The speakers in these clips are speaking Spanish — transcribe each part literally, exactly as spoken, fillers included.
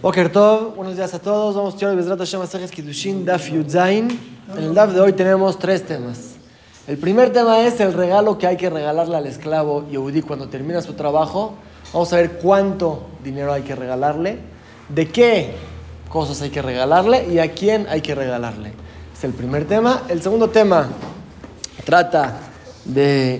Boker Tov, buenos días a todos. Vamos a estudiar Bezrat Hashem Masejes Kiddushin, Daf Yud Zayin. En el Daf de hoy tenemos tres temas. El primer tema es el regalo que hay que regalarle al esclavo Yehudí cuando termina su trabajo. Vamos a ver cuánto dinero hay que regalarle, de qué cosas hay que regalarle y a quién hay que regalarle. Es el primer tema. El segundo tema trata de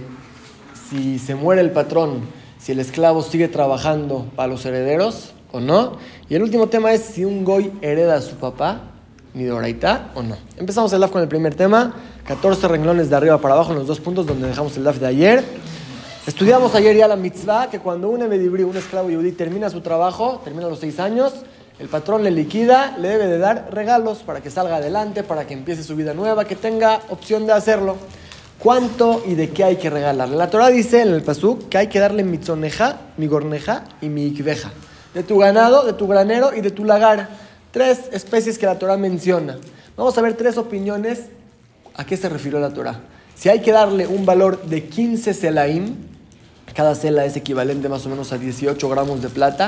si se muere el patrón, si el esclavo sigue trabajando para los herederos o no. Y el último tema es si un goy hereda a su papá, midoraita o no. Empezamos el daf con el primer tema, catorce renglones de arriba para abajo en los dos puntos donde dejamos el daf de ayer. Estudiamos ayer ya la mitzvah, que cuando un emedibri, un esclavo yudí, termina su trabajo, termina los seis años, el patrón le liquida, le debe de dar regalos para que salga adelante, para que empiece su vida nueva, que tenga opción de hacerlo. ¿Cuánto y de qué hay que regalarle? La Torah dice en el pasuk que hay que darle mitzoneja, migorneja y mikveja. De tu ganado, de tu granero y de tu lagar. Tres especies que la Torah menciona. Vamos a ver tres opiniones a qué se refirió la Torah. Si hay que darle un valor de quince selaim, cada sela es equivalente más o menos a dieciocho gramos de plata.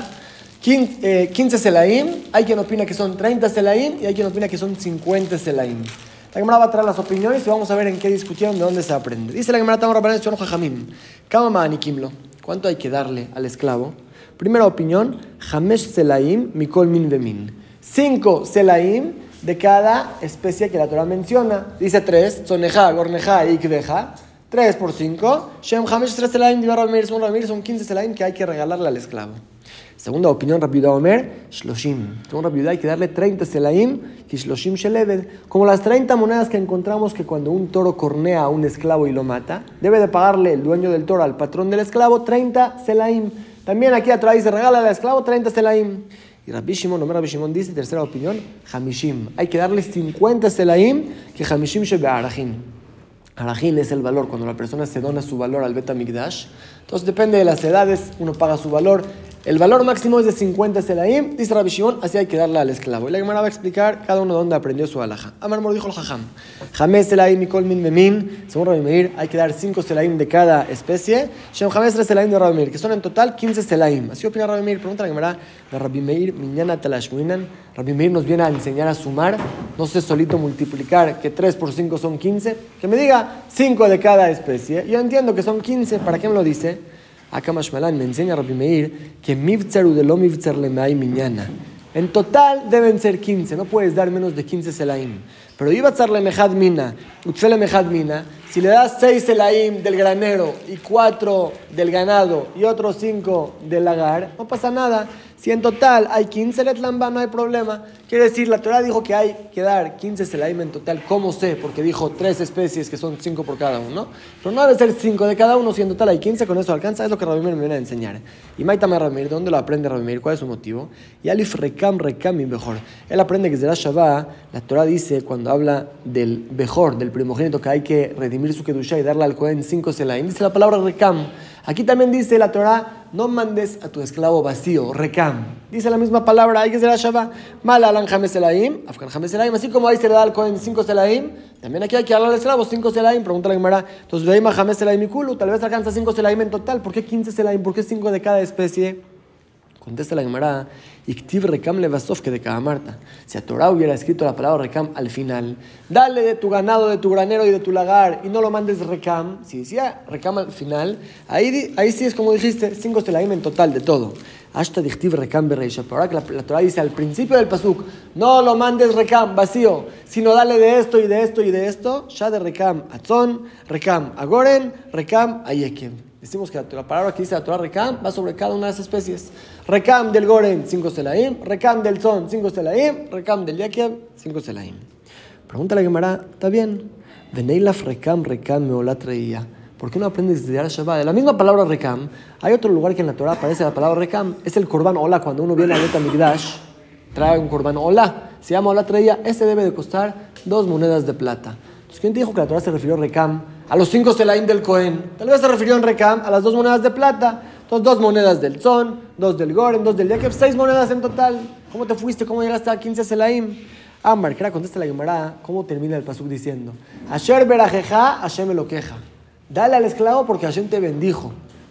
quince selaim, hay quien opina que son treinta selaim y hay quien opina que son cincuenta selaim. La Gemara va a traer las opiniones y vamos a ver en qué discutieron, de dónde se aprende. Dice la Gemara, Tamar Rabbanan Shon Jajamim, Kama Ma'anikimlo, ¿cuánto hay que darle al esclavo? Primera opinión, Hamesh selaim mikol min vemin. Cinco selaim de cada especie que la Torah menciona. Dice tres, Tzoneja, Gorneja y Ikveja. Tres por cinco. Shem Hamesh tres selaim, Diva Ramir, son Ramir, son quince selaim que hay que regalarle al esclavo. Segunda opinión, Rabbi Yehuda Omer, Shloshim. Según Rabbi Yehuda hay que darle treinta selaim, y Shloshim sheleved. Como las treinta monedas que encontramos que cuando un toro cornea a un esclavo y lo mata, debe de pagarle el dueño del toro al patrón del esclavo treinta selaim. También aquí la Torah dice, regala al esclavo treinta selaim. Y Rabbi Shimon, Omer Rabbi Shimon dice, tercera opinión, Hamishim. Hay que darle cincuenta selaim, que Hamishim shebe arajin. Arajin es el valor, cuando la persona se dona su valor al Bet HaMikdash. Entonces depende de las edades, uno paga su valor. El valor máximo es de cincuenta selaim, dice Rabbi Shimon, así hay que darle al esclavo. Y la Gemara va a explicar cada uno dónde aprendió su halajá. Amar Mor dijo el Jajam, Jamés selaim mikol min vemin, según Rabbi Meir, hay que dar cinco selaim de cada especie. Shem Jamés tres selaim de Rabbi Meir, que son en total quince selaim. Así opina Rabbi Meir. Pregunta la Gemara de Rabbi Meir, Miñana Talashmuinan. Rabbi Meir nos viene a enseñar a sumar, no sé solito multiplicar, que tres por cinco son quince. Que me diga cinco de cada especie. Yo entiendo que son quince, ¿para qué me lo dice? Acá Mashmalan me enseña Rabbi Meir que mivtzaru de lo mivtzar le meay miñana. En total deben ser quince, no puedes dar menos de quince selaim. Pero ibatzar le mejad mina, utfe le mejad mina, si le das seis selaim del granero y cuatro del ganado y otros cinco del lagar, no pasa nada. Si en total hay quince letlamba, no hay problema. Quiere decir, la Torah dijo que hay que dar quince selaim en total. ¿Cómo sé? Porque dijo tres especies que son cinco por cada uno. Pero no debe ser cinco de cada uno. Si en total hay quince, con eso alcanza. Es lo que Rabbi Meir me viene a enseñar. Y Maitama Rabbi Meir, ¿de dónde lo aprende Rabbi Meir? ¿Cuál es su motivo? Y Alif rekam rekam y mejor. Él aprende que Zerah Shavá, la Torah dice cuando habla del bejor, del primogénito, que hay que redimir su kedusha y darle al Cohen cinco selaim. Dice la palabra rekam. Aquí también dice la Torah, no mandes a tu esclavo vacío, rekam. Dice la misma palabra, hay que ser Shavá. Mala alan james selaim, afkan james selaim. Así como ahí se le da al Cohen cinco selaim, también aquí hay que darle al esclavo cinco selaim. Pregunta la Gemara, entonces veima james selaim y kulu, tal vez alcanza cinco selaim en total. ¿Por qué quince selaim? ¿Por qué cinco de cada especie? Contesta la Gemara, Iktiv rekam levasov que de cada Marta. Si a Torah hubiera escrito la palabra rekam al final, dale de tu ganado, de tu granero y de tu lagar, y no lo mandes rekam. Si decía rekam al final, ahí, ahí sí es como dijiste, cinco selaim en total de todo. Hasta dictiv rekam bereisha. Pero ahora que la, la Torah dice al principio del pasuk, no lo mandes rekam vacío, sino dale de esto y de esto y de esto. Ya de rekam atzon, rekam agoren, rekam ayekem. Decimos que la palabra que dice la Torah rekam va sobre cada una de esas especies. Rekam del goren, cinco selaim. Rekam del tzon, cinco selaim. Rekam del yakev, cinco selaim. Pregunta la Gemara, ¿está bien? Veneilaf rekam rekam meolat reía. ¿Por qué no aprendes de Zerah Shavá? De la misma palabra rekam, hay otro lugar que en la Torah aparece la palabra rekam. Es el korban ola. Cuando uno viene a Bet HaMikdash, trae un korban ola. Se llama olat reía. Ese debe de costar dos monedas de plata. Entonces, ¿quién te dijo que la Torah se refirió a rekam? A los cinco selaim del Cohen. Tal vez se refirió en rekam a las dos monedas de plata. Entonces, dos monedas del tzon, dos del goren, dos del yakev, seis monedas en total. ¿Cómo te fuiste? ¿Cómo llegaste a quince selaim? Amar, que era contesta la Gemara, ¿cómo termina el pasuk diciendo? Asher berajeja, Hashem elokeja. Dale al esclavo porque Hashem te bendijo.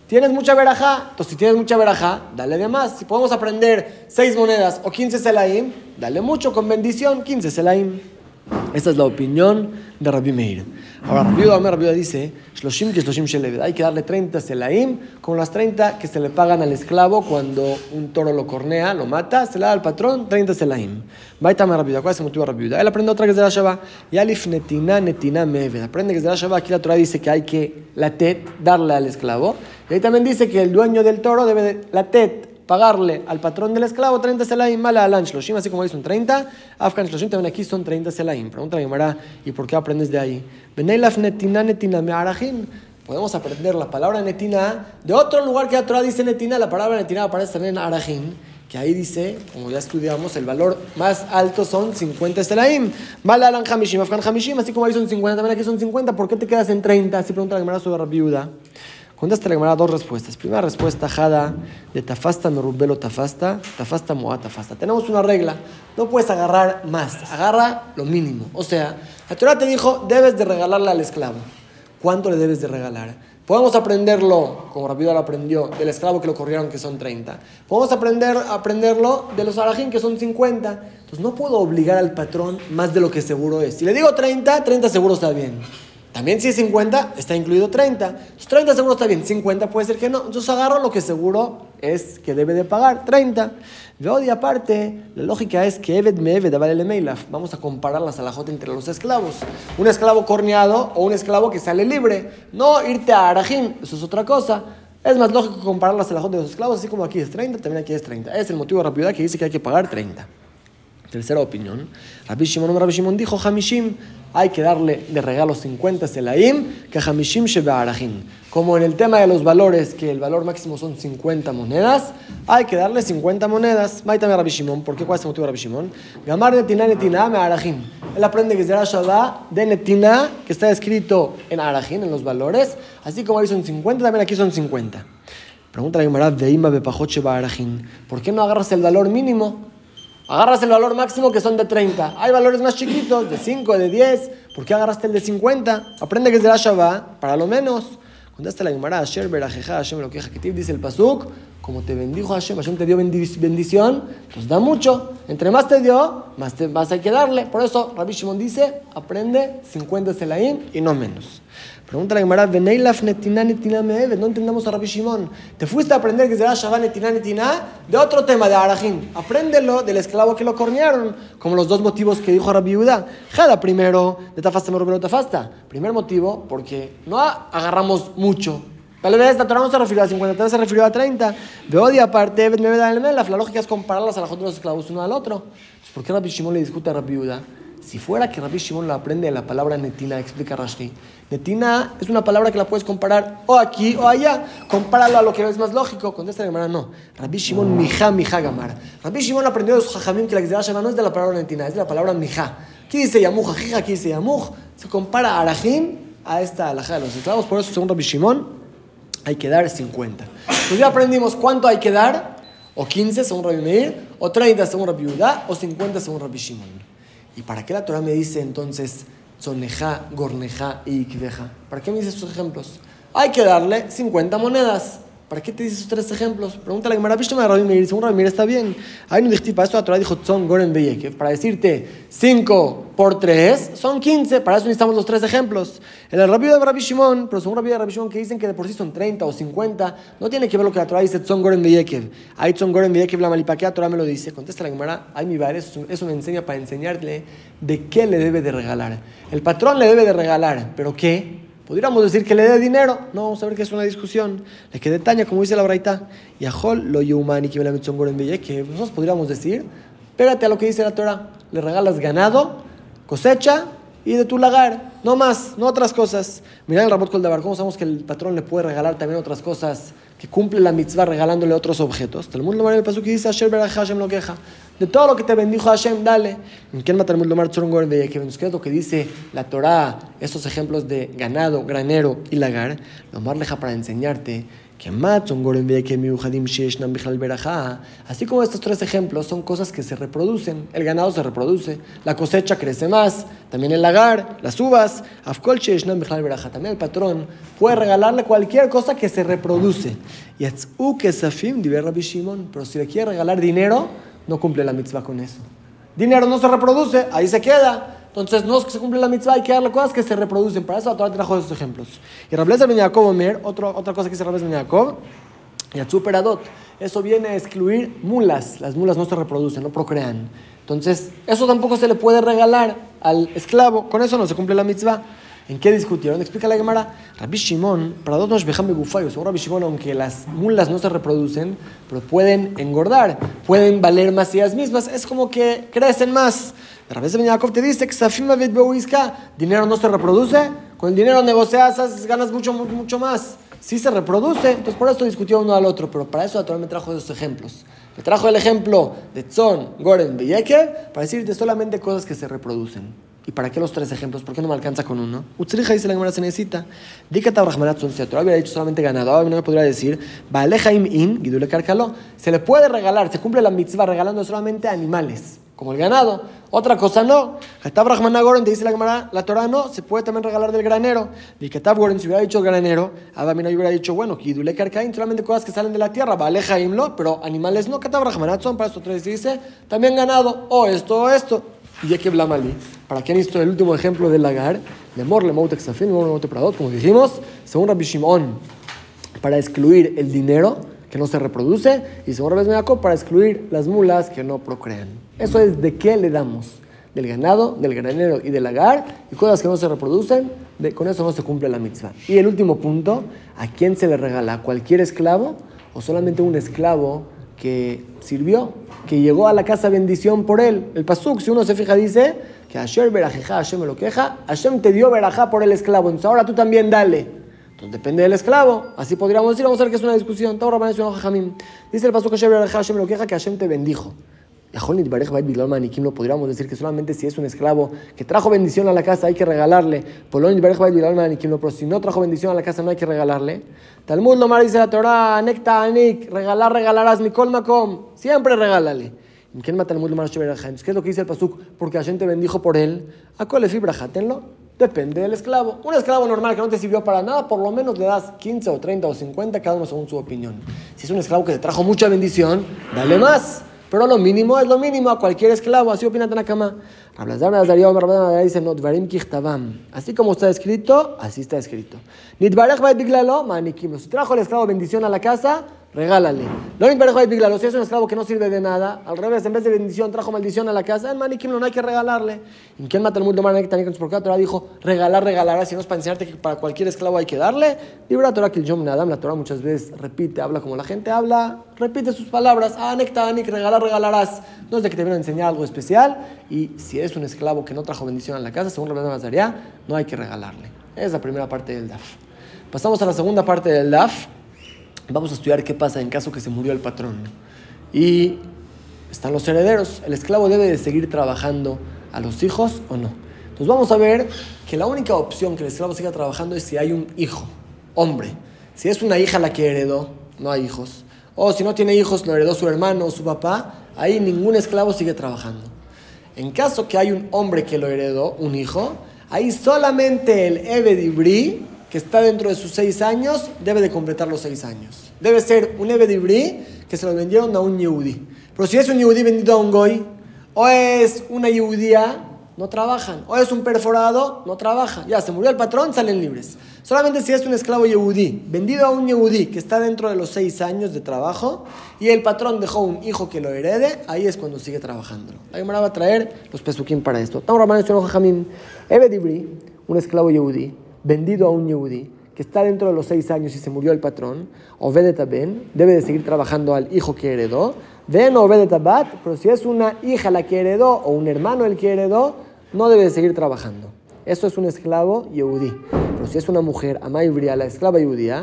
Tienes mucha verajá, entonces si tienes mucha verajá, dale de más. Si podemos aprender seis monedas o quince selaim, dale mucho con bendición, quince selaim. Esta es la opinión de Rabbi Meir. Ahora, Rabbi Yehuda, Rabbi Yehuda dice, shloshim que shloshim sheleved. Hay que darle treinta selaim, como las treinta que se le pagan al esclavo cuando un toro lo cornea, lo mata, se le da al patrón, treinta selaim. Baitame Rabbi Yehuda. ¿Cuál es el motivo de Rabbi Yehuda? Él aprende otra que es de la Shabbat. Yalif netina netina meved. Aprende que es de la Shabbat. Aquí la Torah dice que hay que latet, darle al esclavo. Y ahí también dice que el dueño del toro debe de latet, pagarle al patrón del esclavo treinta selaim, mala alan shloshim, así como ahí son treinta, afkan shloshim, también aquí son treinta selaim. Pregunta la Gemara, ¿y por qué aprendes de ahí? Beneilaf netina netina me'arajin. Podemos aprender la palabra netina de otro lugar que la Torah dice netina. La palabra netina aparece también en arajin, que ahí dice, como ya estudiamos, el valor más alto son cincuenta selaim. Mala alan hamishim, afkan hamishim, así como ahí son cincuenta, también aquí son cincuenta. ¿Por qué te quedas en treinta? Así pregunta la Gemara sobre Rabbi Yehuda. Contesta la Gemara dos respuestas. Primera respuesta, Jada, de tafasta merubelo tafasta, tafasta moa tafasta. Tenemos una regla, no puedes agarrar más, agarra lo mínimo. O sea, la Torah te dijo, debes de regalarle al esclavo. ¿Cuánto le debes de regalar? Podemos aprenderlo, como Rabbi Yehuda lo aprendió, del esclavo que lo corrieron, que son treinta. Podemos aprender, aprenderlo de los arajín, que son cincuenta. Entonces no puedo obligar al patrón más de lo que seguro es. Si le digo treinta, treinta seguro está bien. También si es cincuenta, está incluido treinta. Entonces treinta seguro está bien, cincuenta puede ser que no. Entonces agarro lo que seguro es que debe de pagar, treinta. Veo y aparte, la lógica es que Eved me Eved vale meilaf. Vamos a comparar la salajot entre los esclavos. Un esclavo corneado o un esclavo que sale libre. No irte a Arajín, eso es otra cosa. Es más lógico comparar la salajot de los esclavos, así como aquí es treinta, también aquí es treinta. Es el motivo de Rabbi Yehuda que dice que hay que pagar treinta. Tercera opinión, Rabbi Shimon, Rabbi Shimon dijo, Hamishim, hay que darle de regalo cincuenta selaim, que Hamishim sheba arajin. Como en el tema de los valores, que el valor máximo son cincuenta monedas, hay que darle cincuenta monedas. Maitame Rabbi Shimon, ¿por qué? ¿Cuál es el motivo de Rabbi Shimon? Gamar netina netina me arajin. Él aprende que es de la Shabbat de netina, que está escrito en arajin, en los valores, así como ahí son cincuenta, también aquí son cincuenta. Pregunta la Gemara, veima bepajot sheba arajin. ¿Por qué no agarras el valor mínimo? Agarras el valor máximo que son de treinta. Hay valores más chiquitos, de cinco, de diez. ¿Por qué agarraste el de cincuenta? Aprende que es de la Shabbat, para lo menos. Contesta la Gemara, Asher berajeja, Hashem lo queja. Que dice el pasuk, como te bendijo Hashem, Hashem te dio bendición, pues da mucho. Entre más te dio, más, te, más hay que darle. Por eso Rabbi Shimon dice, aprende cincuenta selaim y no menos. Pregunta la Gemara, Veneilaf netina netina me'eved. No entendamos a Rabbi Shimon. Te fuiste a aprender que es de la Shabbat netina netina de otro tema, de Arajín. Apréndelo del esclavo que lo cornearon, como los dos motivos que dijo Rabbi Yehuda. Jada primero, de tafasta merubelo tafasta. Primer motivo, porque no agarramos mucho. Tal vez la Torah no se refirió a cincuenta, tal vez se refirió a treinta. De odia aparte, la lógica es compararlas a las otras esclavos uno al otro. ¿Por qué Rabbi Shimon le discute a Rabbi Yehuda? Si fuera que Rabbi Shimon lo aprende de la palabra netina, explica Rashi. Netina es una palabra que la puedes comparar o aquí o allá. Compáralo a lo que es más lógico. Contesta la Gemara, no. Rabbi Shimon mija, mija, gamar. Rabbi Shimon aprendió de los jajamim que la Gzera Sheva no es de la palabra netina, es de la palabra mija. Aquí dice yamuj, ajija, aquí dice yamuj. Se compara a Arajín a esta alajá de los esclavos. Por eso, según Rabbi Shimon, hay que dar cincuenta. Pues ya aprendimos cuánto hay que dar. O quince según Rabbi Meir, o treinta según Rabbi Yehuda, o cincuenta según Rabbi Shimon. ¿Y para qué la Torah me dice entonces tzoneja, gorneja y ikveja? ¿Para qué me dice esos ejemplos? Hay que darle cincuenta monedas. ¿Para qué te dice esos tres ejemplos? Pregúntale a Gemara, ¿viste a Rabbi Meir? Según Rabbi Meir está bien. Hay un dictí, para eso la Torah dijo tzon goren beyekev. Para decirte cinco por tres son quince. Para eso necesitamos los tres ejemplos. En el Rabbi de Rabbi Shimon, pero según Rabbi de Rabbi Shimon que dicen que de por sí son treinta o cincuenta, no tiene que ver lo que la Torah dice tzon goren beyekev. Hay tzon goren beyekev la malipa, que la Torah me lo dice. Contesta la Gemara, ay mi bar, eso, eso me enseña para enseñarle de qué le debe de regalar. El patrón le debe de regalar, ¿pero qué? Podríamos decir que le dé dinero. No, vamos a ver que es una discusión. Le quede taña, como dice la Braita. Y a Jol lo yumani que me la metzón goren beye, que nosotros podríamos decir, pégate a lo que dice la Torah. Le regalas ganado, cosecha y de tu lagar. No más, no otras cosas. Mirá el Rabot Kol Davar, ¿cómo sabemos que el patrón le puede regalar también otras cosas? Que cumple la mitzvah regalándole otros objetos. Talmud Lomar en el pasuk que dice, Asher beraj Hashem lo queja. De todo lo que te bendijo Hashem, dale. ¿En qué Talmud Lomar tzorun goren beye? ¿Qué es lo que dice la Torah? Estos ejemplos de ganado, granero y lagar. Lomar leja para enseñarte Así como estos tres ejemplos son cosas que se reproducen. El ganado se reproduce, la cosecha crece más, también el lagar, las uvas. También el patrón puede regalarle cualquier cosa que se reproduce. Pero si le quiere regalar dinero, no cumple la mitzvah con eso. Dinero no se reproduce, ahí se queda. Entonces no es que se cumple la mitzvah, hay que darle cosas que se reproducen. Para eso la Torah trajo esos ejemplos. Y Rabbi Eliezer ben Yaakov Omer, otro, otra cosa que dice Rabbi Eliezer ben Yaakov, Yatzu peradot. Eso viene a excluir mulas. Las mulas no se reproducen, no procrean. Entonces, eso tampoco se le puede regalar al esclavo. Con eso no se cumple la mitzvah. ¿En qué discutieron? Explica la Gemara. Rabbi Shimon, paradot no shbejam begufayo. Según Rabbi Shimon, aunque las mulas no se reproducen, pero pueden engordar, pueden valer más ellas mismas, es como que crecen más. Rabbi Eliezer ben Yaakov te dice que dinero no se reproduce, con el dinero negocias, ganas mucho, mucho más. Sí se reproduce, entonces por eso discutió uno al otro, pero para eso la Torah me trajo esos ejemplos. Me trajo el ejemplo de Tzon, Goren, Beyeker, para decirte solamente cosas que se reproducen. ¿Y para qué los tres ejemplos? ¿Por qué no me alcanza con uno? Utzrija dice la Gemara, se necesita. Dikata Brahmanat Tzon, si la Torah hubiera dicho solamente ganado, ahora no me podría decir, Baalejaim in, Gidule Karkalo. Se le puede regalar, se cumple la mitzvah regalando solamente animales, como el ganado. Otra cosa no. Katav Rahman Goren, te dice la Gemara, la Torah no, se puede también regalar del granero. Y Katav Goren, si hubiera dicho granero, Adamina hubiera dicho, bueno, Gidule Karkaim, solamente cosas que salen de la tierra, Baalejaim lo, pero animales no. Katav Rahmanat Tzon, para esto tres dice, también ganado, o esto o esto. Y ya que Blamali, ¿para qué han visto el último ejemplo del lagar? Lemor, Lemot, Exafin, Lemor, Lemot, Pradot, como dijimos, según Rabbi Shimon, para excluir el dinero que no se reproduce, y según Rabbi Yaakov, para excluir las mulas que no procrean. Eso es de qué le damos, del ganado, del granero y del lagar, y cosas que no se reproducen, de, con eso no se cumple la mitzvah. Y el último punto, ¿a quién se le regala? ¿A cualquier esclavo o solamente un esclavo que sirvió, que llegó a la casa bendición por él? El pasuk, si uno se fija, dice que Asher berajeja, Hashem me lo queja, Hashem te dio berajá por el esclavo, entonces ahora tú también dale. Entonces depende del esclavo, así podríamos decir. Vamos a ver que es una discusión. Dice el pasuk que Asher berajeja, Hashem me lo queja, que Hashem te bendijo. No podríamos decir que solamente si es un esclavo que trajo bendición a la casa hay que regalarle. Pero si no trajo bendición a la casa no hay que regalarle. Talmud Lomar dice la Torah, Nekta Anik, regalar, regalarás, Mikol Makom, siempre regálale. ¿Qué es lo que dice el pasuk? Porque Hashem te bendijo por él. ¿A cuál le fibra? Játenlo. Depende del esclavo. Un esclavo normal que no te sirvió para nada, por lo menos le das quince o treinta o cincuenta, cada uno según su opinión. Si es un esclavo que te trajo mucha bendición, dale más. Pero lo mínimo es lo mínimo a cualquier esclavo. Así opina Tanakama. Así como está escrito, así está escrito. Si trajo el esclavo bendición a la casa, regálale. Si es un esclavo que no sirve de nada, al revés, en vez de bendición trajo maldición a la casa, el maniquim no hay que regalarle. ¿En quién mata el mundo? Porque la Torah dijo regalar, regalará, si no es para enseñarte que para cualquier esclavo hay que darle. Libra Torah que el Yom Nadam, la Torah muchas veces repite, habla como la gente habla, repite sus palabras. Ah, nektanik, regalar, regalarás. No es de que te vienen a enseñar algo especial. Y si es un esclavo que no trajo bendición a la casa, según Rabbi Nazaria, no hay que regalarle. Esa es la primera parte del Daf. Pasamos a la segunda parte del Daf. Vamos a estudiar qué pasa en caso que se murió el patrón. Y están los herederos. ¿El esclavo debe de seguir trabajando a los hijos o no? Entonces vamos a ver que la única opción que el esclavo siga trabajando es si hay un hijo, hombre. Si es una hija la que heredó, no hay hijos. O si no tiene hijos, lo heredó su hermano o su papá, ahí ningún esclavo sigue trabajando. En caso que hay un hombre que lo heredó, un hijo, ahí solamente el Eved Ibri, que está dentro de sus seis años, debe de completar los seis años. Debe ser un Eved Ibri que se lo vendieron a un Yehudí. Pero si es un Yehudí vendido a un Goy, o es una Yehudía, no trabajan. O es un perforado, no trabaja. Ya, se murió el patrón, salen libres. Solamente si es un esclavo Yehudí, vendido a un Yehudí, que está dentro de los seis años de trabajo, y el patrón dejó un hijo que lo herede, ahí es cuando sigue trabajando. La Gemara va a traer los pesuquín para esto. Eved Ibri, un esclavo Yehudí, vendido a un Yehudí, que está dentro de los seis años y se murió el patrón, Ovedet Ben, debe de seguir trabajando al hijo que heredó. Ven Ovedet Bat, pero si es una hija la que heredó o un hermano el que heredó, no debe de seguir trabajando. Eso es un esclavo Yehudí. Pero si es una mujer, Amá Ibria, la esclava judía,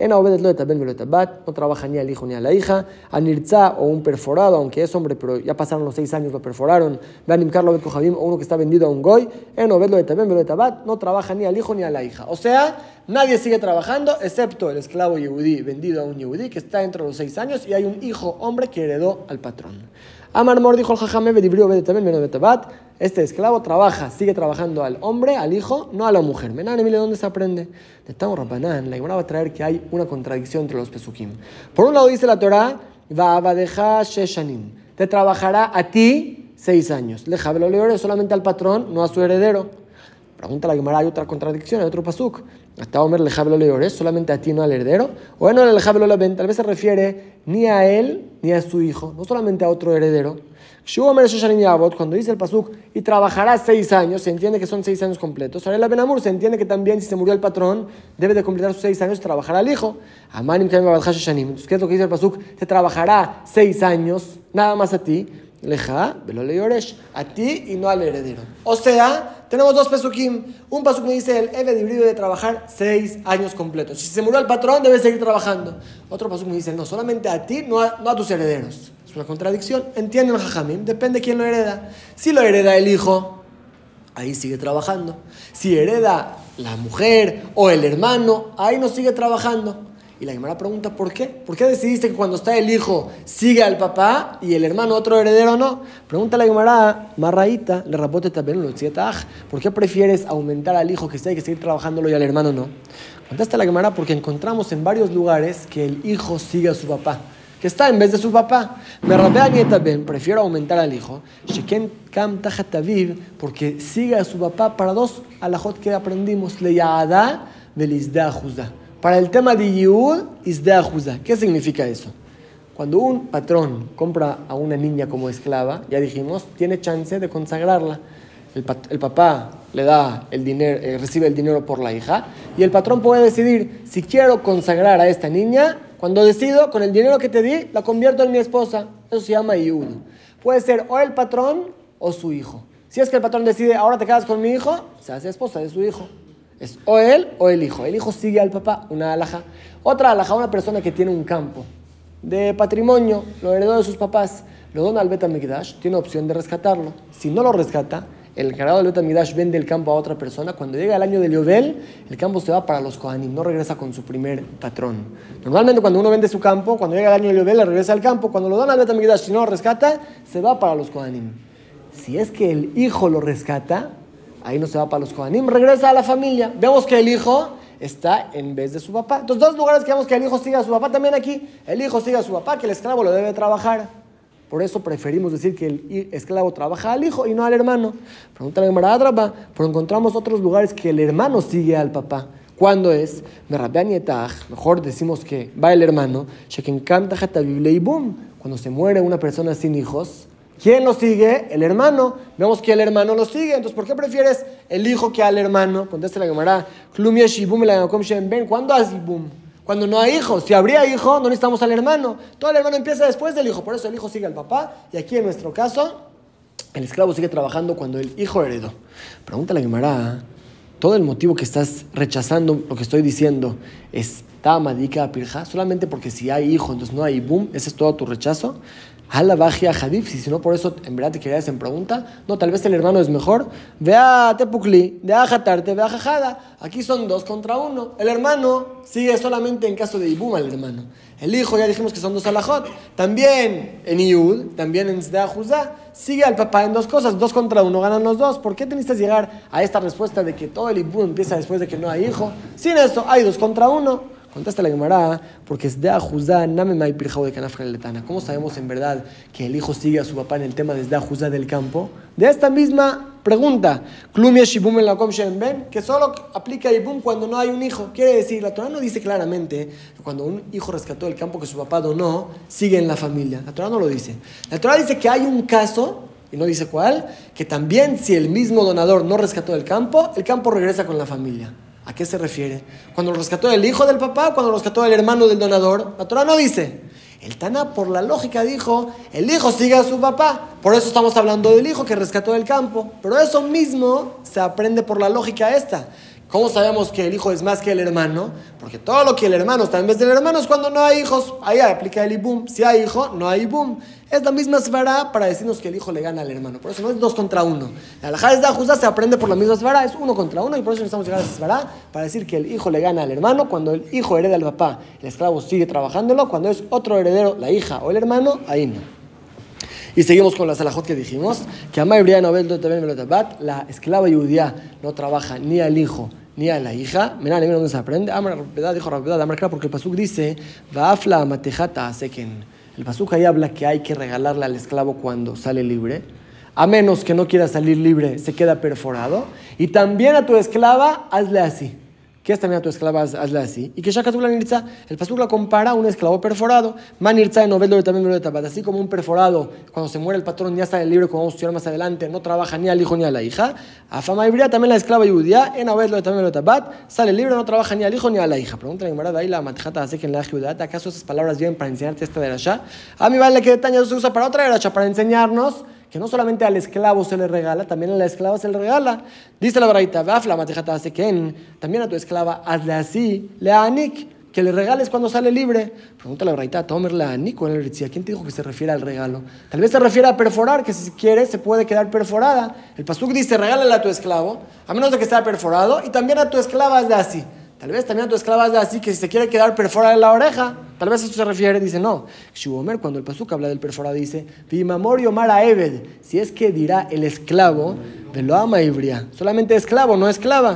En Aobedet lo de Taben velo de Tabat, no trabaja ni al hijo ni a la hija. Anirza o un perforado, aunque es hombre, pero ya pasaron los seis años, lo perforaron. Vean Carlo Bet Kohabim, o uno que está vendido a un goy. En Aobedet lo de Taben velo de Tabat, no trabaja ni al hijo ni a la hija. O sea, nadie sigue trabajando, excepto el esclavo yehudí vendido a un yehudí que está dentro de los seis años y hay un hijo hombre que heredó al patrón. Amar Mor dijo el Jajame, Bedibrio Bede también, Beno de Tabat. Este esclavo trabaja, sigue trabajando al hombre, al hijo, no a la mujer. Menan, Emile, ¿dónde se aprende? De Tamo Rabanán, la Gemara va a traer que hay una contradicción entre los pesukim. Por un lado dice la Torá, va a dejar Sheshanim, te trabajará a ti seis años. Leja Beloleo solamente al patrón, no a su heredero. Pregunta la Gemara, hay otra contradicción, hay otro pasuk. Hasta Omer lejabelo leores, solamente a ti, no al heredero. O bueno, el lejabelo leven, tal vez se refiere ni a él ni a su hijo, no solamente a otro heredero. Cuando dice el pasuk y trabajará seis años, se entiende que son seis años completos. Ahora la Benamur se entiende que también si se murió el patrón debe de completar sus seis años y trabajará al hijo. Amanim kaim babadcha sheshanim. Entonces, ¿qué es lo que dice el pasuk? Te trabajará seis años, nada más a ti. Leja, velo leoresh, a ti y no al heredero. O sea, tenemos dos pesukim. Un pasuk me dice el Eved híbrido de trabajar seis años completos. Si se murió el patrón, debe seguir trabajando. Otro pasuk me dice, no, solamente a ti, no a, no a tus herederos. Es una contradicción. Entienden, Jajamim, depende de quién lo hereda. Si lo hereda el hijo, ahí sigue trabajando. Si hereda la mujer o el hermano, ahí no sigue trabajando. Y la Gemara pregunta, ¿por qué? ¿Por qué decidiste que cuando está el hijo sigue al papá y el hermano otro heredero no? Pregunta la Gemara, Marraíta, le rapote también lo tzietaj. ¿Por qué prefieres aumentar al hijo que sí hay que seguir trabajándolo y al hermano no? Contesta la Gemara porque encontramos en varios lugares que el hijo sigue a su papá, que está en vez de su papá. Me rapea nieta ben, prefiero aumentar al hijo. Sheken kam tajat aviv, porque sigue a su papá para dos alajot que aprendimos, leyada velizda juzá. Para el tema de Yehud, Isdea Juzá. ¿Qué significa eso? Cuando un patrón compra a una niña como esclava, ya dijimos, tiene chance de consagrarla. El, pat- el papá le da el dinero, eh, recibe el dinero por la hija, y el patrón puede decidir, si quiero consagrar a esta niña, cuando decido, con el dinero que te di, la convierto en mi esposa. Eso se llama Yehud. Puede ser o el patrón o su hijo. Si es que el patrón decide, ahora te quedas con mi hijo, se hace esposa de su hijo. Es o él o el hijo. El hijo sigue al papá, una alhaja. Otra alhaja, una persona que tiene un campo de patrimonio, lo heredó de sus papás, lo dona al Bet HaMikdash, tiene opción de rescatarlo. Si no lo rescata, el encargado del Bet HaMikdash vende el campo a otra persona. Cuando llega el año del Yovel, el campo se va para los Kohanim, no regresa con su primer patrón. Normalmente cuando uno vende su campo, cuando llega el año del Yovel, le regresa al campo. Cuando lo dona al Bet HaMikdash, si no lo rescata, se va para los Kohanim. Si es que el hijo lo rescata, ahí no se va para los Kohanim, regresa a la familia. Vemos que el hijo está en vez de su papá. Entonces, dos lugares que vemos que el hijo sigue a su papá, también aquí. El hijo sigue a su papá, que el esclavo lo debe trabajar. Por eso preferimos decir que el esclavo trabaja al hijo y no al hermano. Pregunta la Gemara Adraba, pero encontramos otros lugares que el hermano sigue al papá. ¿Cuándo es? Mejor decimos que va el hermano. Cuando se muere una persona sin hijos, ¿quién lo sigue? El hermano. Vemos que el hermano lo sigue. Entonces, ¿por qué prefieres el hijo que al hermano? Contesta la Gemara. ¿Cuándo hay ibum? Cuando no hay hijo. Si habría hijo, no necesitamos al hermano. Todo el hermano empieza después del hijo. Por eso el hijo sigue al papá. Y aquí en nuestro caso, el esclavo sigue trabajando cuando el hijo heredó. Pregunta la Gemara. Todo el motivo que estás rechazando lo que estoy diciendo es tamadika pirja, solamente porque si hay hijo, entonces no hay ibum. ¿Ese es todo tu rechazo? Hala bajia hadif, si no por eso en verdad te querías en pregunta. No, tal vez el hermano es mejor. Vea tepukli, de ajatarte, vea jajada. Aquí son dos contra uno. El hermano sigue solamente en caso de ibum al hermano. El hijo ya dijimos que son dos alajot. También en Iyud, también en Sdea Juzá, sigue al papá en dos cosas. Dos contra uno, ganan los dos. ¿Por qué teniste que llegar a esta respuesta de que todo el ibum empieza después de que no hay hijo? Sin eso, hay dos contra uno. Contesta la Gemara, porque es de Ajuzá, name mai pirjao de canaf letana. ¿Cómo sabemos en verdad que el hijo sigue a su papá en el tema de de Ajuzá del campo? De esta misma pregunta, Klumia shibum en la kom ben, que solo aplica ibum cuando no hay un hijo. Quiere decir, la Torah no dice claramente que cuando un hijo rescató el campo que su papá donó, sigue en la familia. La Torah no lo dice. La Torah dice que hay un caso, y no dice cuál, que también si el mismo donador no rescató el campo, el campo regresa con la familia. ¿A qué se refiere? ¿Cuando lo rescató el hijo del papá o cuando lo rescató el hermano del donador? La Torah no dice. El Tana, por la lógica, dijo, el hijo sigue a su papá. Por eso estamos hablando del hijo que rescató el campo. Pero eso mismo se aprende por la lógica esta. ¿Cómo sabemos que el hijo es más que el hermano? Porque todo lo que el hermano está en vez del hermano es cuando no hay hijos. Ahí aplica el ibum. Si hay hijo, no hay ibum. Es la misma svara para decirnos que el hijo le gana al hermano. Por eso no es dos contra uno. La halajá de Ajuzá se aprende por la misma svara, es uno contra uno, y por eso necesitamos llegar a esa svara para decir que el hijo le gana al hermano. Cuando el hijo hereda al papá, el esclavo sigue trabajándolo. Cuando es otro heredero, la hija o el hermano, ahí no. Y seguimos con las alajot que dijimos, que Amá Ibría Nobel también la esclava judía no trabaja ni al hijo ni a la hija. Mirá, ¿dónde se aprende? Amar Rabedad, dijo Rabedad, Amar Kra, porque el pasuk dice, Vaafla matejata seken. El pasuk ahí habla que hay que regalarle al esclavo cuando sale libre, a menos que no quiera salir libre, se queda perforado. Y también a tu esclava, hazle así. ¿Qué es también a tu esclava? Hazle así. Y que ya la nirza, el pasuk la compara a un esclavo perforado. Man nirza en Obed también lo de tabat. Así como un perforado, cuando se muere el patrón, ya sale libre, como vamos a estudiar más adelante, no trabaja ni al hijo ni a la hija. A fama ibría también la esclava judía, en Obed también lo de tabat, sale libre, no trabaja ni al hijo ni a la hija. Pregunta la Gemara de ahí la matjata hace que en la judía, ¿acaso esas palabras vienen para enseñarte esta de allá? A mí vale que detalle se usa para otra de allá, para enseñarnos que no solamente al esclavo se le regala, también a la esclava se le regala. Dice la baraita, Vafla matejata hace que también a tu esclava hazle así, le anik, que le regales cuando sale libre. Pregunta la baraita, Tomer la anik o el ritzia, ¿quién te dijo que se refiere al regalo? Tal vez se refiere a perforar, que si quiere se puede quedar perforada. El pasuk dice, regálale a tu esclavo, a menos de que sea perforado, y también a tu esclava hazle así. Tal vez también a tu esclava hazle así, que si se quiere quedar perforada en la oreja. Tal vez a eso se refiere, dice no. Shuomer, cuando el pasuk habla del perforado, dice, Vimamor Yomara Eved, si es que dirá el esclavo, Velo ama ibria, solamente esclavo, no esclava.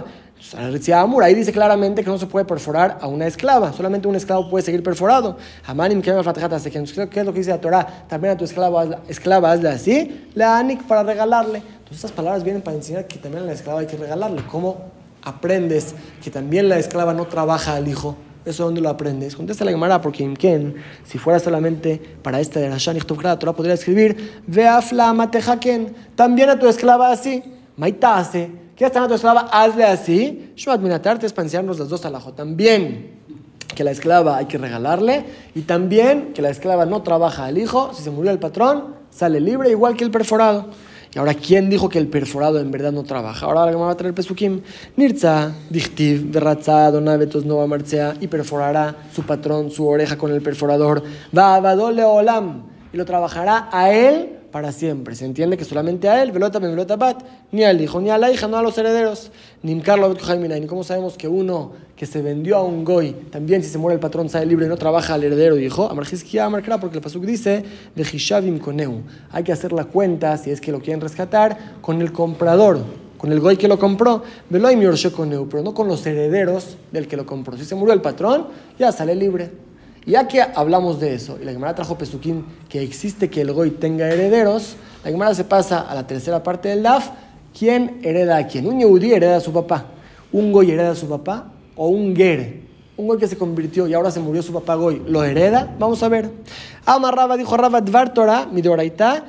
Amur, ahí dice claramente que no se puede perforar a una esclava, solamente un esclavo puede seguir perforado. Amanim que ¿qué es lo que dice la Torah? También a tu esclava, esclava hazle así, la anik para regalarle. Entonces estas palabras vienen para enseñar que también a la esclava hay que regalarle. ¿Cómo aprendes que también la esclava no trabaja al hijo? ¿Eso dónde lo aprendes? Contesta la Gemara, porque Imken, si fuera solamente para esta de Rashan Ichtov la Torah podría escribir Veafla matejaken, también a tu esclava así, maitase, ¿qué está a tu esclava? Hazle así, Shuat minatarte es para enseñarnos las dos alajot. También que la esclava hay que regalarle, y también que la esclava no trabaja al hijo, si se murió el patrón, sale libre igual que el perforado. Y ahora, ¿quién dijo que el perforado en verdad no trabaja? Ahora me va a traer pesukim. Nirza, dichtiv, berratza, donavetos, nova marcea, y perforará su patrón, su oreja con el perforador. Va, vadole olam, y lo trabajará a él para siempre. Se entiende que solamente a él, velota ben velota bat, ni al hijo, ni a la hija, no a los herederos. Nimkarlo bet kohaimina. ¿Y cómo sabemos que uno que se vendió a un goy, también si se muere el patrón sale libre y no trabaja al heredero, dijo? Amarjiskia amarkra, porque el pasuk dice, de hishavim koneu. Hay que hacer la cuenta, si es que lo quieren rescatar, con el comprador, con el goy que lo compró, veloim yorshe koneu, pero no con los herederos del que lo compró. Si se murió el patrón, ya sale libre. Ya que hablamos de eso, y la Gemara trajo pesukim que existe que el goy tenga herederos, la Gemara se pasa a la tercera parte del daf. ¿Quién hereda a quién? Un yehudí hereda a su papá, un goy hereda a su papá, o un ger, un goy que se convirtió y ahora se murió su papá goy, ¿lo hereda? Vamos a ver. Amar Rava, dijo Rava, Dvar Torah, mi doraita,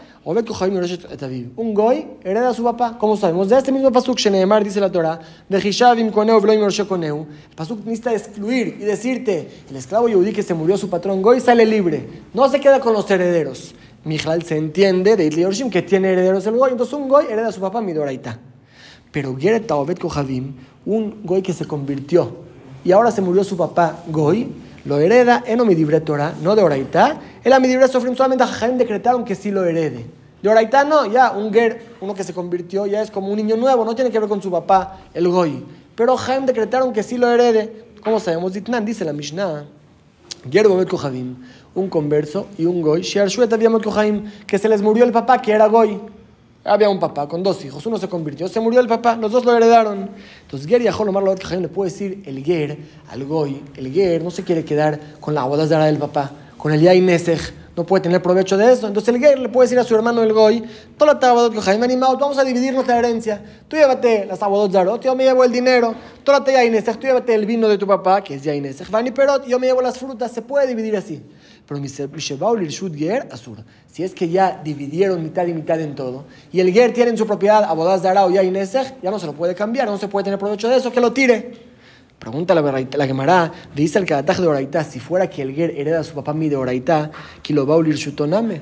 un goy hereda a su papá. ¿Cómo sabemos? De este mismo pasuk, Sheneemar, dice la Torah, de Hishavim koneu, veloim yorshe koneu. El pasuk necesita excluir y decirte, el esclavo yehudí que se murió su patrón goy sale libre, no se queda con los herederos. Mijal se entiende de Itli Yorshim que tiene herederos el goy, entonces un goy hereda a su papá mi doraita. Pero Geret Taovet Kohavim, un goy que se convirtió y ahora se murió su papá goy, lo hereda en omidibre Torah, no de oraita. El amidibre sofrim solamente a Jajaim decretaron que sí lo herede. De oraita no, ya un ger, uno que se convirtió, ya es como un niño nuevo, no tiene que ver con su papá, el goy. Pero Jajaim decretaron que sí lo herede. ¿Cómo sabemos? Ditnan, dice la Mishnah, Ger Bomet Kohavim, un converso y un goy, Shear Shuet Aviamot Kohavim, que se les murió el papá, que era goy. Había un papá con dos hijos, uno se convirtió, se murió el papá, los dos lo heredaron. Entonces Ger y Ajol Omar Lovet Kohavim le puede decir el Ger al goy, el Ger no se quiere quedar con la abodazara del papá, con el Yain Nesej, no puede tener provecho de eso. Entonces el Ger le puede decir a su hermano el goy, vamos a dividir nuestra herencia, tú llévate las abodazarot, yo me llevo el dinero, tú llévate el vino de tu papá, que es Yain Nesej, Vani Perot, yo me llevo las frutas, se puede dividir así. Pero si es que ya dividieron mitad y mitad en todo, y el ger tiene en su propiedad abodazara o yain nesej, ya no se lo puede cambiar, no se puede tener provecho de eso, que lo tire. Pregunta la, la Gemara, dice el Kadataj de Oraitá, si fuera que el ger hereda a su papá mi de Oraitá, Kilobaulir Shutoname,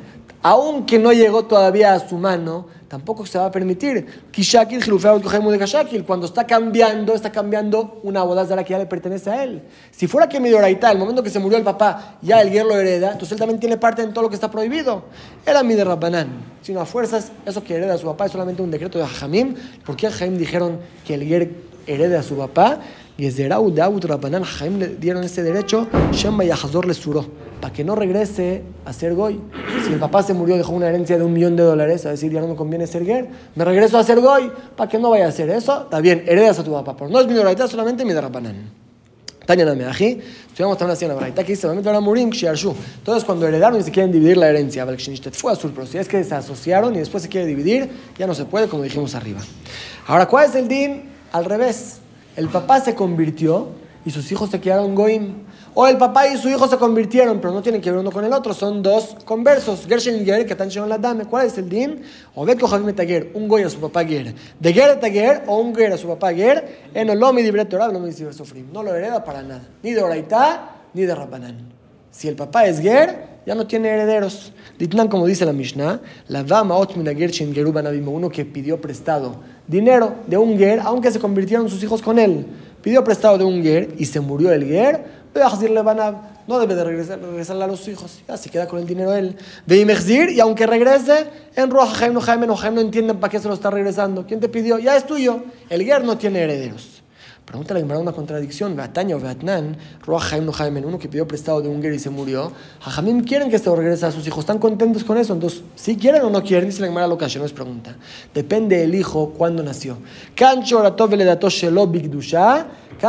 aunque no llegó todavía a su mano, tampoco se va a permitir. Kishakil, Jilufeabot, Kohaimu de Kashakil, cuando está cambiando, está cambiando una bodazara que ya le pertenece a él. Si fuera que Midoraita, el momento que se murió el papá, ya el Ger lo hereda, entonces él también tiene parte en todo lo que está prohibido. Era mi de Rabbanán. Sino a fuerzas, eso que hereda a su papá es solamente un decreto de Jajamim. ¿Por qué Jajamim dijeron que el Ger herede a su papá? Y desde Raúl de Abu Rabbanán, Jajamim le dieron ese derecho, Shema y Ahazor le suró, para que no regrese a ser goy. Si el papá se murió, dejó una herencia de un millón de dólares, a decir, ya no me conviene ser ger, me regreso a ser goy, para que no vaya a hacer eso. Está bien, heredas a tu papá, pero no es mi doraita, solamente mi derrapanán. Tanya Nameaji, estudiamos también así en la doraita, que dice, entonces cuando heredaron y se quieren dividir la herencia, fue azul, pero si es que se asociaron y después se quiere dividir, ya no se puede, como dijimos arriba. Ahora, ¿cuál es el din? Al revés, el papá se convirtió y sus hijos se quedaron goyim. O el papá y su hijo se convirtieron, pero no tienen que ver uno con el otro, son dos conversos. Gershen y Ger, que están llegando la dame. ¿Cuál es el din? O ve Kohavim et Ger, un goy a su papá Ger. De Ger et Ger, o un Ger a su papá Ger, en Olomi Dibre Torah, Olomi Dibre Sofrim. No lo hereda para nada, ni de Oraitá, ni de Rabbanán. Si el papá es Ger, ya no tiene herederos. Ditnan, como dice la Mishnah, la Vama Ot Mina Gershen Geru Banabim, uno que pidió prestado dinero de un Ger, aunque se convirtieron sus hijos con él. Pidió prestado de un Ger y se murió el Ger. No debe de regresar, regresarle a los hijos. Ya se queda con el dinero él. Y aunque regrese, en Ruach Haim no Jaime no Jaime no entienden para qué se lo está regresando. ¿Quién te pidió? Ya es tuyo. El Ger no tiene herederos. Pregúntale a una contradicción. Beataña o Beatnan, Ruach Haim no Jaime, uno que pidió prestado de un Ger y se murió. Jajamim quieren que se lo regrese a sus hijos. ¿Están contentos con eso? Entonces, si quieren o no quieren, dice la Gemara lo que no es pregunta. Depende del hijo cuándo nació. Cancho ratov veledato shelo bigdusha.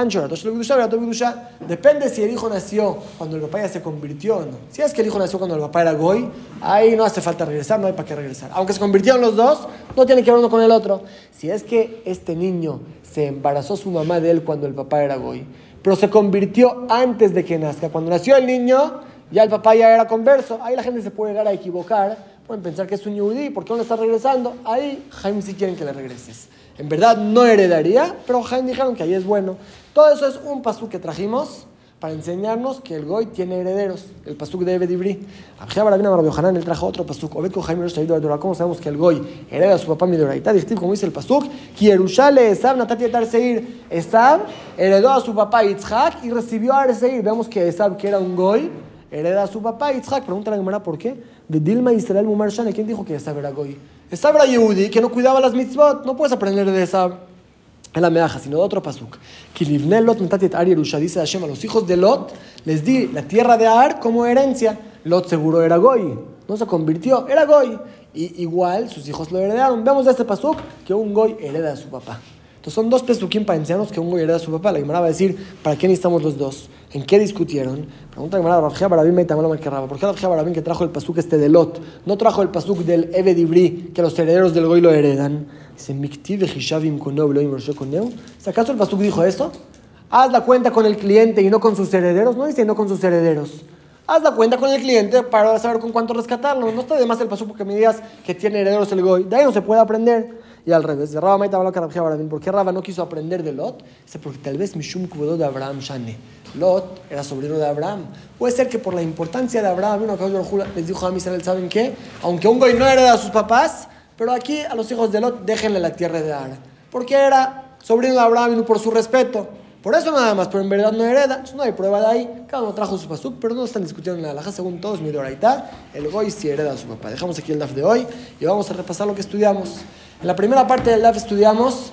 Depende si el hijo nació cuando el papá ya se convirtió o no. Si es que el hijo nació cuando el papá era goy, ahí no hace falta regresar, no hay para qué regresar. Aunque se convirtieron los dos, no tiene que ver uno con el otro. Si es que este niño se embarazó su mamá de él cuando el papá era goy, pero se convirtió antes de que nazca, cuando nació el niño, ya el papá ya era converso, ahí la gente se puede llegar a equivocar, pueden pensar que es un yudí, ¿por qué no le está regresando? Ahí Jaime sí quieren que le regreses. En verdad no heredaría, pero Jaime dijeron que ahí es bueno. Todo eso es un pasuk que trajimos para enseñarnos que el goy tiene herederos. El pasuk de Ebed Ivri. Abjia Barabina Rabbi Yohanan, él trajo otro pasuk. Obed con Jaime Rosh Tavid Torah. ¿Cómo sabemos que el goy hereda a su papá Midoraita? Dice, como dice el pasuk, que Yerushale Esab Natati Etar Seir. Esab heredó a su papá Yitzhak y recibió a Seir. Vemos que Esab, que era un goy, hereda a su papá Yitzhak. Pregunta la Gemara, ¿por qué? De Dilma Israel Mumar Shane. ¿Quién dijo que Esab era goy? Esab era Yehudi, que no cuidaba las mitzvot. No puedes aprender de Esab en la meaja, sino de otro pasuk. Kilivne Lot Natati Ar Yerusha, dice Hashem, a los hijos de Lot les di la tierra de Ar como herencia. Lot seguro era goy, no se convirtió, era goy. Y igual sus hijos lo heredaron. Vemos de este pasuk que un goy hereda a su papá. Entonces son dos pesukim para enseñarnos que un goy hereda a su papá. La Gemara va a decir, ¿para qué necesitamos los dos? ¿En qué discutieron? Pregunta la Gemara, Rabjia Barabim y Tamalo Malkerraba. ¿Por qué Rabjia Barabim, que trajo el pasuk este de Lot, no trajo el pasuk del Ebed Ivri, que los herederos del goy lo heredan? Dice, Miktiv Hishavim Koneu, Elohim Roshé Koneu. ¿Acaso el pasuk dijo eso? Haz la cuenta con el cliente y no con sus herederos. No dice no con sus herederos. Haz la cuenta con el cliente para saber con cuánto rescatarlo. No está de más el pasuk porque me digas que tiene herederos el goy. De ahí no se puede aprender. Y al revés, de Rabba Maita Balaka Rabjia Barabim. ¿Por qué Rabba no quiso aprender de Lot? Dice, porque tal vez Mishum Kubodo de Abraham Shane. Lot era sobrino de Abraham. Puede ser que por la importancia de Abraham, una cosa les dijo a Israel, ¿saben qué? Aunque un goy no hereda a sus papás, pero aquí a los hijos de Lot déjenle la tierra de Ar. Porque era sobrino de Abraham y por su respeto. Por eso nada más, pero en verdad no hereda. Entonces no hay prueba de ahí. Cada uno trajo su pasuk, pero no están discutiendo en la halajá. Según todos, mi doraita, el goy sí hereda a su papá. Dejamos aquí el daf de hoy y vamos a repasar lo que estudiamos. En la primera parte del daf estudiamos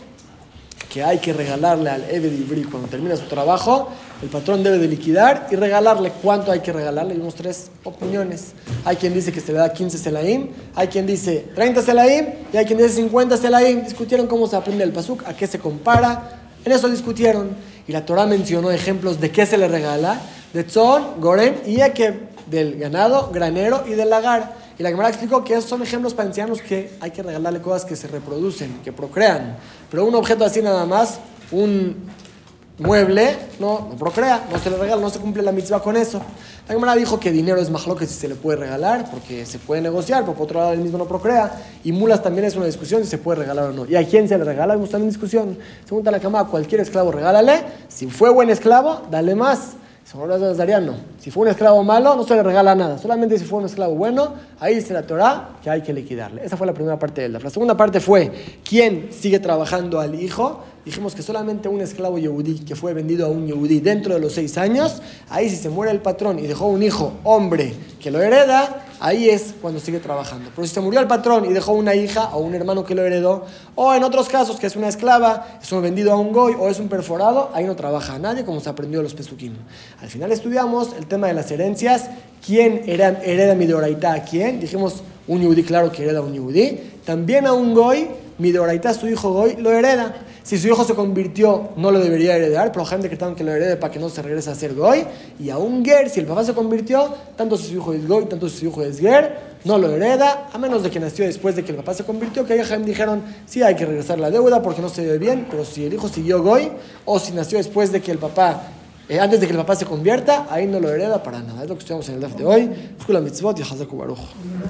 que hay que regalarle al Ebed Ivri cuando termina su trabajo. El patrón debe de liquidar y regalarle. ¿Cuánto hay que regalarle? Vimos tres opiniones. Hay quien dice que se le da quince selaim, hay quien dice treinta selaim y hay quien dice cincuenta selaim. Discutieron cómo se aprende el pasuk, a qué se compara. En eso discutieron. Y la Torah mencionó ejemplos de qué se le regala. De tzon, gorem y ekev. Del ganado, granero y del lagar. Y la Gemara explicó que esos son ejemplos para enseñarnos que hay que regalarle cosas que se reproducen, que procrean. Pero un objeto así nada más, un mueble, no, no procrea, no se le regala, no se cumple la mitzvah con eso. La Gemara dijo que dinero es majlo, que si se le puede regalar, porque se puede negociar, pero por otro lado el mismo no procrea. Y mulas también es una discusión si se puede regalar o no. ¿Y a quién se le regala? Vemos también discusión. Según la cama, a cualquier esclavo regálale. Si fue buen esclavo, dale más. Daría no. Si fue un esclavo malo, no se le regala nada. Solamente si fue un esclavo bueno, ahí dice la Torá que hay que liquidarle. Esa fue la primera parte del daf. La segunda parte fue quién sigue trabajando al hijo. Dijimos que solamente un esclavo yehudí que fue vendido a un yehudí dentro de los seis años, ahí si se muere el patrón y dejó un hijo hombre que lo hereda, ahí es cuando sigue trabajando. Pero si se murió el patrón y dejó una hija o un hermano que lo heredó, o en otros casos que es una esclava, es un vendido a un goy o es un perforado, ahí no trabaja a nadie, como se aprendió de los pesukim. Al final estudiamos el tema de las herencias. ¿Quién hereda, hereda mi deoraita a quién? Dijimos un yehudí, claro que hereda a un yehudí. También a un goy, mi deoraita, su hijo goy, lo hereda. Si su hijo se convirtió, no lo debería heredar, pero gente que están que lo herede para que no se regrese a ser goy. Y a un ger, si el papá se convirtió, tanto si su hijo es goy, tanto si su hijo es ger, no lo hereda, a menos de que nació después de que el papá se convirtió, que ahí dijeron, sí hay que regresar la deuda porque no se ve bien, pero si el hijo siguió goy, o si nació después de que el papá, eh, antes de que el papá se convierta, ahí no lo hereda para nada. Es lo que estudiamos en el daf de hoy. Shkula mitzvot y hazaku baruch.